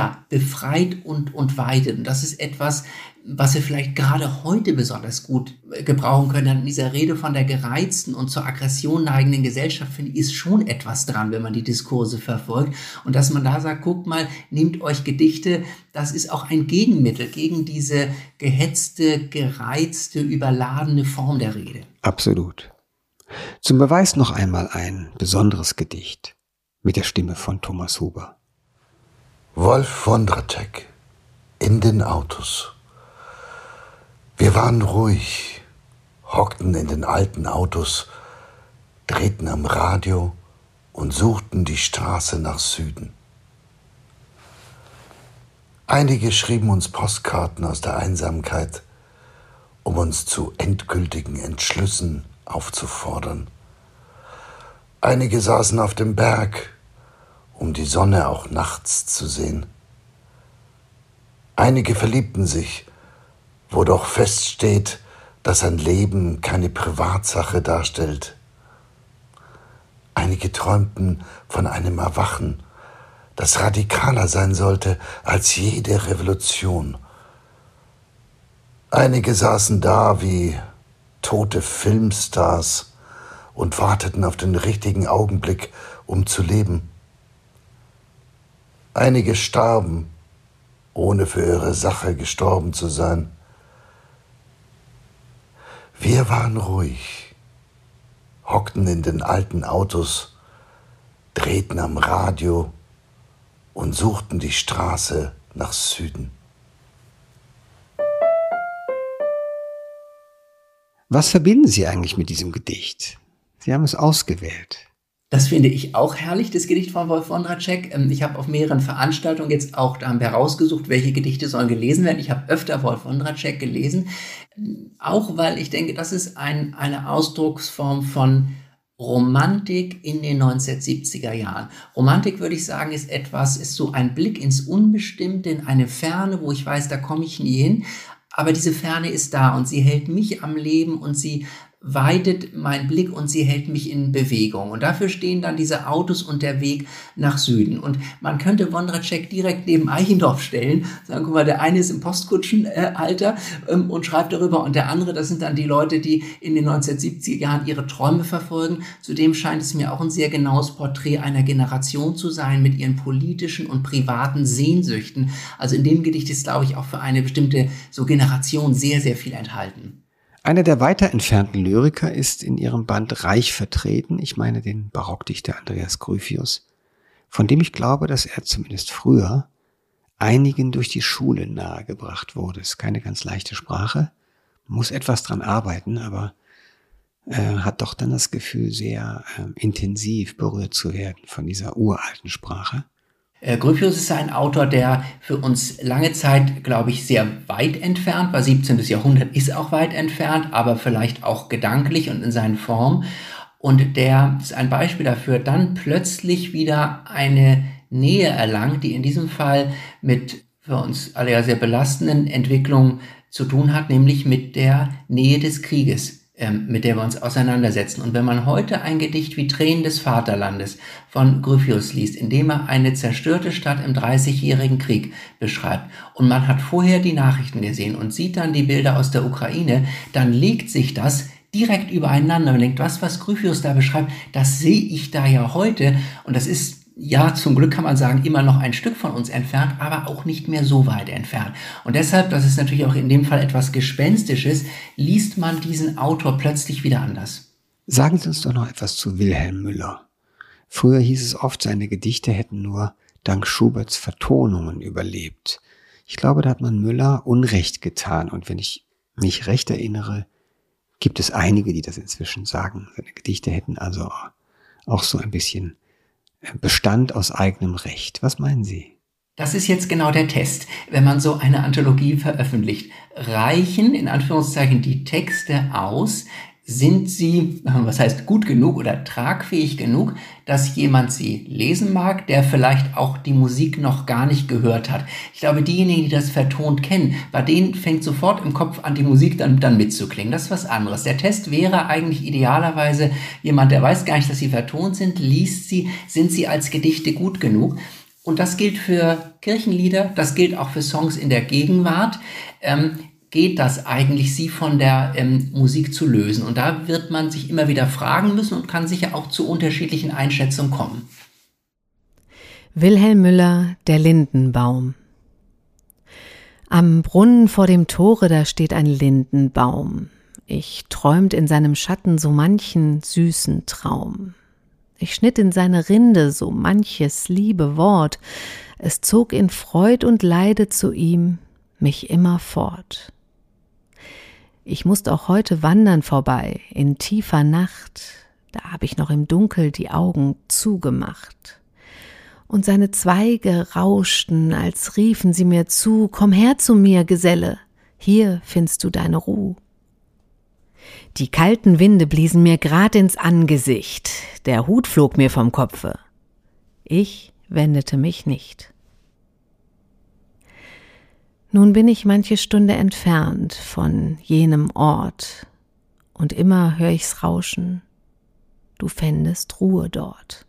befreit und weitet. Und das ist etwas, was wir vielleicht gerade heute besonders gut gebrauchen können. An dieser Rede von der gereizten und zur Aggression neigenden Gesellschaft, finde ich, ist schon etwas dran, wenn man die Diskurse verfolgt. Und dass man da sagt, guckt mal, nehmt euch Gedichte, das ist auch ein Gegenmittel gegen diese gehetzte, gereizte, überladene Form der Rede. Absolut. Zum Beweis noch einmal ein besonderes Gedicht mit der Stimme von Thomas Huber. Wolf Wondratschek, in den Autos. Wir waren ruhig, hockten in den alten Autos, drehten am Radio und suchten die Straße nach Süden. Einige schrieben uns Postkarten aus der Einsamkeit, um uns zu endgültigen Entschlüssen aufzufordern. Einige saßen auf dem Berg, um die Sonne auch nachts zu sehen. Einige verliebten sich, wo doch feststeht, dass ein Leben keine Privatsache darstellt. Einige träumten von einem Erwachen, das radikaler sein sollte als jede Revolution. Einige saßen da wie tote Filmstars und warteten auf den richtigen Augenblick, um zu leben. Einige starben, ohne für ihre Sache gestorben zu sein. Wir waren ruhig, hockten in den alten Autos, drehten am Radio und suchten die Straße nach Süden. Was verbinden Sie eigentlich mit diesem Gedicht? Sie haben es ausgewählt. Das finde ich auch herrlich, das Gedicht von Wolf Wondratschek. Ich habe auf mehreren Veranstaltungen jetzt auch da herausgesucht, welche Gedichte sollen gelesen werden. Ich habe öfter Wolf Wondratschek gelesen, auch weil ich denke, das ist eine Ausdrucksform von Romantik in den 1970er Jahren. Romantik, würde ich sagen, ist so ein Blick ins Unbestimmte, in eine Ferne, wo ich weiß, da komme ich nie hin. Aber diese Ferne ist da und sie hält mich am Leben und sie weitet mein Blick und sie hält mich in Bewegung. Und dafür stehen dann diese Autos und der Weg nach Süden. Und man könnte Wondratschek direkt neben Eichendorff stellen, sagen, guck mal, der eine ist im Postkutschenalter und schreibt darüber und der andere, das sind dann die Leute, die in den 1970er Jahren ihre Träume verfolgen. Zudem scheint es mir auch ein sehr genaues Porträt einer Generation zu sein mit ihren politischen und privaten Sehnsüchten. Also in dem Gedicht ist, glaube ich, auch für eine bestimmte so Generation sehr, sehr viel enthalten. Einer der weiter entfernten Lyriker ist in ihrem Band reich vertreten, ich meine den Barockdichter Andreas Gryphius, von dem ich glaube, dass er zumindest früher einigen durch die Schule nahegebracht wurde. Es ist keine ganz leichte Sprache, man muss etwas dran arbeiten, aber hat doch dann das Gefühl, sehr intensiv berührt zu werden von dieser uralten Sprache. Gryphius ist ein Autor, der für uns lange Zeit, glaube ich, sehr weit entfernt war. 17. Jahrhundert ist auch weit entfernt, aber vielleicht auch gedanklich und in seinen Formen. Und der ist ein Beispiel dafür, dann plötzlich wieder eine Nähe erlangt, die in diesem Fall mit für uns alle ja sehr belastenden Entwicklungen zu tun hat, nämlich mit der Nähe des Krieges, mit der wir uns auseinandersetzen. Und wenn man heute ein Gedicht wie Tränen des Vaterlandes von Gryphius liest, in dem er eine zerstörte Stadt im 30-jährigen Krieg beschreibt und man hat vorher die Nachrichten gesehen und sieht dann die Bilder aus der Ukraine, dann legt sich das direkt übereinander. Man denkt, was Gryphius da beschreibt, das sehe ich da ja heute. Und das ist, ja, zum Glück kann man sagen, immer noch ein Stück von uns entfernt, aber auch nicht mehr so weit entfernt. Und deshalb, das ist natürlich auch in dem Fall etwas Gespenstisches, liest man diesen Autor plötzlich wieder anders. Sagen Sie uns doch noch etwas zu Wilhelm Müller. Früher hieß es oft, seine Gedichte hätten nur dank Schuberts Vertonungen überlebt. Ich glaube, da hat man Müller Unrecht getan. Und wenn ich mich recht erinnere, gibt es einige, die das inzwischen sagen. Seine Gedichte hätten also auch so ein bisschen Bestand aus eigenem Recht. Was meinen Sie? Das ist jetzt genau der Test. Wenn man so eine Anthologie veröffentlicht, reichen in Anführungszeichen die Texte aus? Sind sie, was heißt gut genug oder tragfähig genug, dass jemand sie lesen mag, der vielleicht auch die Musik noch gar nicht gehört hat? Ich glaube, diejenigen, die das vertont kennen, bei denen fängt sofort im Kopf an, die Musik dann mitzuklingen. Das ist was anderes. Der Test wäre eigentlich idealerweise jemand, der weiß gar nicht, dass sie vertont sind, liest sie, sind sie als Gedichte gut genug? Und das gilt für Kirchenlieder, das gilt auch für Songs in der Gegenwart. Geht das eigentlich, sie von der Musik zu lösen? Und da wird man sich immer wieder fragen müssen und kann sicher auch zu unterschiedlichen Einschätzungen kommen. Wilhelm Müller, der Lindenbaum. Am Brunnen vor dem Tore, da steht ein Lindenbaum. Ich träumt in seinem Schatten so manchen süßen Traum. Ich schnitt in seine Rinde so manches liebe Wort. Es zog in Freud und Leide zu ihm mich immer fort. Ich musste auch heute wandern vorbei, in tiefer Nacht, da hab ich noch im Dunkel die Augen zugemacht. Und seine Zweige rauschten, als riefen sie mir zu, komm her zu mir, Geselle, hier findest du deine Ruh. Die kalten Winde bliesen mir grad ins Angesicht, der Hut flog mir vom Kopfe. Ich wendete mich nicht. Nun bin ich manche Stunde entfernt von jenem Ort, und immer hör ich's rauschen, du fändest Ruhe dort.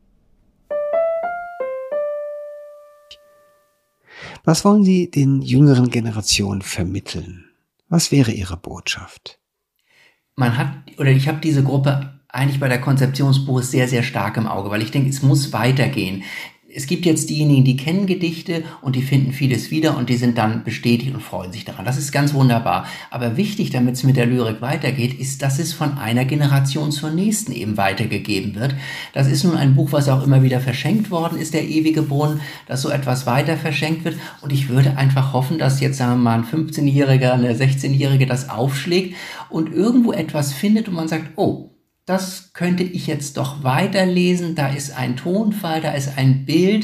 Was wollen Sie den jüngeren Generationen vermitteln? Was wäre Ihre Botschaft? Ich habe diese Gruppe eigentlich bei der Konzeption des Buches sehr, sehr stark im Auge, weil ich denke, es muss weitergehen. Es gibt jetzt diejenigen, die kennen Gedichte und die finden vieles wieder und die sind dann bestätigt und freuen sich daran. Das ist ganz wunderbar. Aber wichtig, damit es mit der Lyrik weitergeht, ist, dass es von einer Generation zur nächsten eben weitergegeben wird. Das ist nun ein Buch, was auch immer wieder verschenkt worden ist, der ewige Brunnen, dass so etwas weiter verschenkt wird. Und ich würde einfach hoffen, dass jetzt, sagen wir mal, ein 15-Jähriger, eine 16-Jährige das aufschlägt und irgendwo etwas findet und man sagt, oh, das könnte ich jetzt doch weiterlesen, da ist ein Tonfall, da ist ein Bild,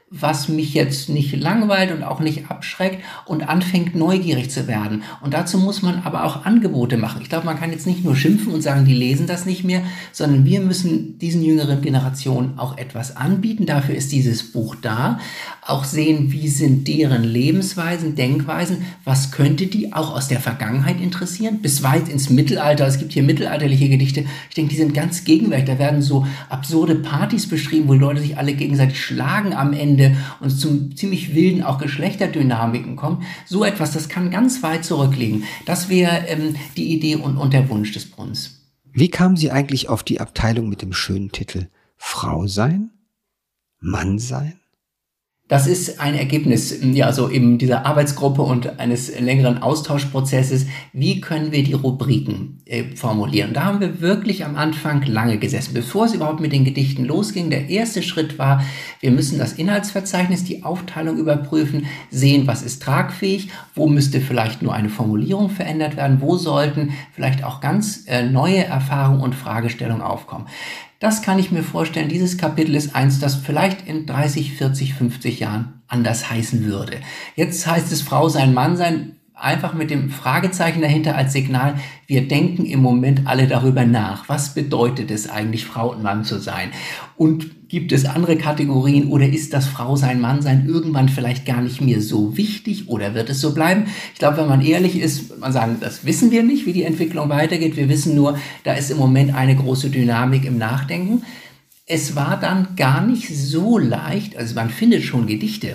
was mich jetzt nicht langweilt und auch nicht abschreckt und anfängt neugierig zu werden. Und dazu muss man aber auch Angebote machen. Ich glaube, man kann jetzt nicht nur schimpfen und sagen, die lesen das nicht mehr, sondern wir müssen diesen jüngeren Generationen auch etwas anbieten. Dafür ist dieses Buch da. Auch sehen, wie sind deren Lebensweisen, Denkweisen, was könnte die auch aus der Vergangenheit interessieren, bis weit ins Mittelalter. Es gibt hier mittelalterliche Gedichte. Ich denke, die sind ganz gegenwärtig. Da werden so absurde Partys beschrieben, wo die Leute sich alle gegenseitig schlagen am Ende und zum ziemlich wilden auch Geschlechterdynamiken kommen. So etwas, das kann ganz weit zurückliegen. Das wäre die Idee und der Wunsch des Brunnens. Wie kamen Sie eigentlich auf die Abteilung mit dem schönen Titel Frau sein? Mann sein? Das ist ein Ergebnis, ja, so eben dieser Arbeitsgruppe und eines längeren Austauschprozesses. Wie können wir die Rubriken formulieren? Da haben wir wirklich am Anfang lange gesessen, bevor es überhaupt mit den Gedichten losging. Der erste Schritt war, wir müssen das Inhaltsverzeichnis, die Aufteilung überprüfen, sehen, was ist tragfähig, wo müsste vielleicht nur eine Formulierung verändert werden, wo sollten vielleicht auch ganz neue Erfahrungen und Fragestellungen aufkommen. Das kann ich mir vorstellen, dieses Kapitel ist eins, das vielleicht in 30, 40, 50 Jahren anders heißen würde. Jetzt heißt es Frau sein, Mann sein, einfach mit dem Fragezeichen dahinter als Signal, wir denken im Moment alle darüber nach. Was bedeutet es eigentlich, Frau und Mann zu sein? Und gibt es andere Kategorien oder ist das Frau sein, Mann sein irgendwann vielleicht gar nicht mehr so wichtig oder wird es so bleiben? Ich glaube, wenn man ehrlich ist, wird man sagen, das wissen wir nicht, wie die Entwicklung weitergeht. Wir wissen nur, da ist im Moment eine große Dynamik im Nachdenken. Es war dann gar nicht so leicht, also man findet schon Gedichte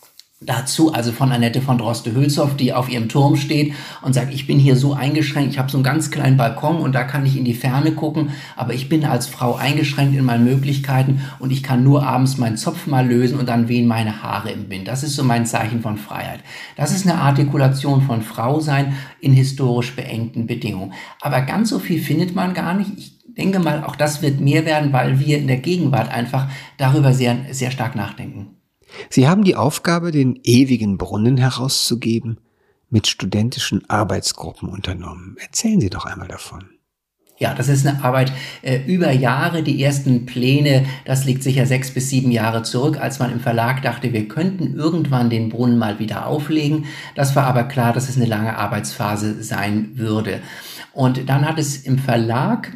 dazu, also von Annette von Droste-Hülshoff, die auf ihrem Turm steht und sagt, ich bin hier so eingeschränkt, ich habe so einen ganz kleinen Balkon und da kann ich in die Ferne gucken, aber ich bin als Frau eingeschränkt in meinen Möglichkeiten und ich kann nur abends meinen Zopf mal lösen und dann wehen meine Haare im Wind. Das ist so mein Zeichen von Freiheit. Das ist eine Artikulation von Frausein in historisch beengten Bedingungen. Aber ganz so viel findet man gar nicht. Ich denke mal, auch das wird mehr werden, weil wir in der Gegenwart einfach darüber sehr, sehr stark nachdenken. Sie haben die Aufgabe, den ewigen Brunnen herauszugeben, mit studentischen Arbeitsgruppen unternommen. Erzählen Sie doch einmal davon. Ja, das ist eine Arbeit über Jahre. Die ersten Pläne, das liegt sicher 6 bis 7 Jahre zurück, als man im Verlag dachte, wir könnten irgendwann den Brunnen mal wieder auflegen. Das war aber klar, dass es eine lange Arbeitsphase sein würde. Und dann hat es im Verlag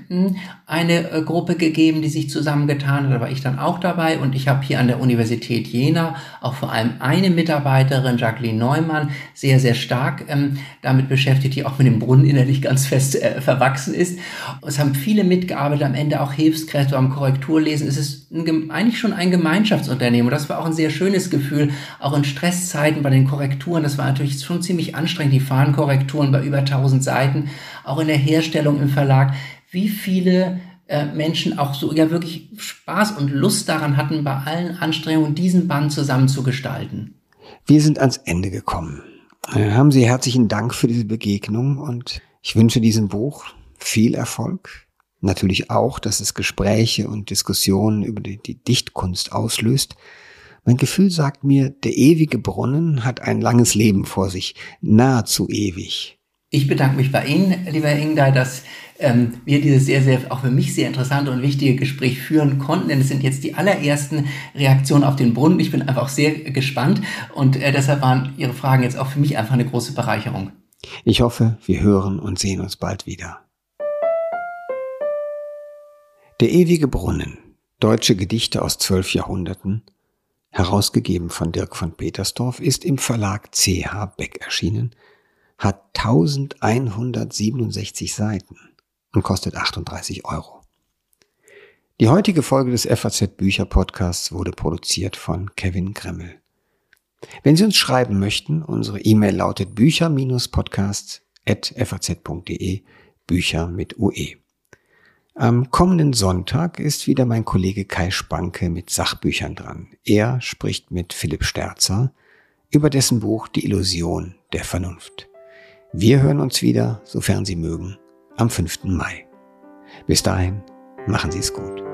eine Gruppe gegeben, die sich zusammengetan hat. Da war ich dann auch dabei. Und ich habe hier an der Universität Jena auch vor allem eine Mitarbeiterin, Jacqueline Neumann, sehr, sehr stark damit beschäftigt, die auch mit dem Brunnen innerlich ganz fest verwachsen ist. Es haben viele mitgearbeitet, am Ende auch Hilfskräfte beim Korrekturlesen. Es ist eigentlich schon ein Gemeinschaftsunternehmen. Und das war auch ein sehr schönes Gefühl, auch in Stresszeiten bei den Korrekturen. Das war natürlich schon ziemlich anstrengend, die Fahrenkorrekturen bei über 1000 Seiten, auch in der Herstellung im Verlag. Wie viele Menschen auch so ja wirklich Spaß und Lust daran hatten, bei allen Anstrengungen diesen Band zusammen zu gestalten. Wir sind ans Ende gekommen. Haben Sie herzlichen Dank für diese Begegnung und ich wünsche diesem Buch viel Erfolg. Natürlich auch, dass es Gespräche und Diskussionen über die Dichtkunst auslöst. Mein Gefühl sagt mir, der ewige Brunnen hat ein langes Leben vor sich, nahezu ewig. Ich bedanke mich bei Ihnen, lieber Herr Ingdahl, dass wir dieses sehr, sehr, auch für mich sehr interessante und wichtige Gespräch führen konnten, denn es sind jetzt die allerersten Reaktionen auf den Brunnen. Ich bin einfach auch sehr gespannt und deshalb waren Ihre Fragen jetzt auch für mich einfach eine große Bereicherung. Ich hoffe, wir hören und sehen uns bald wieder. Der ewige Brunnen, deutsche Gedichte aus 12 Jahrhunderten, herausgegeben von Dirk von Petersdorf, ist im Verlag C.H. Beck erschienen, hat 1167 Seiten und kostet 38 €. Die heutige Folge des FAZ Bücher Podcasts wurde produziert von Kevin Gremmel. Wenn Sie uns schreiben möchten, unsere E-Mail lautet bücher-podcast@faz.de, Bücher mit UE. Am kommenden Sonntag ist wieder mein Kollege Kai Spanke mit Sachbüchern dran. Er spricht mit Philipp Sterzer über dessen Buch Die Illusion der Vernunft. Wir hören uns wieder, sofern Sie mögen, am 5. Mai. Bis dahin, machen Sie es gut.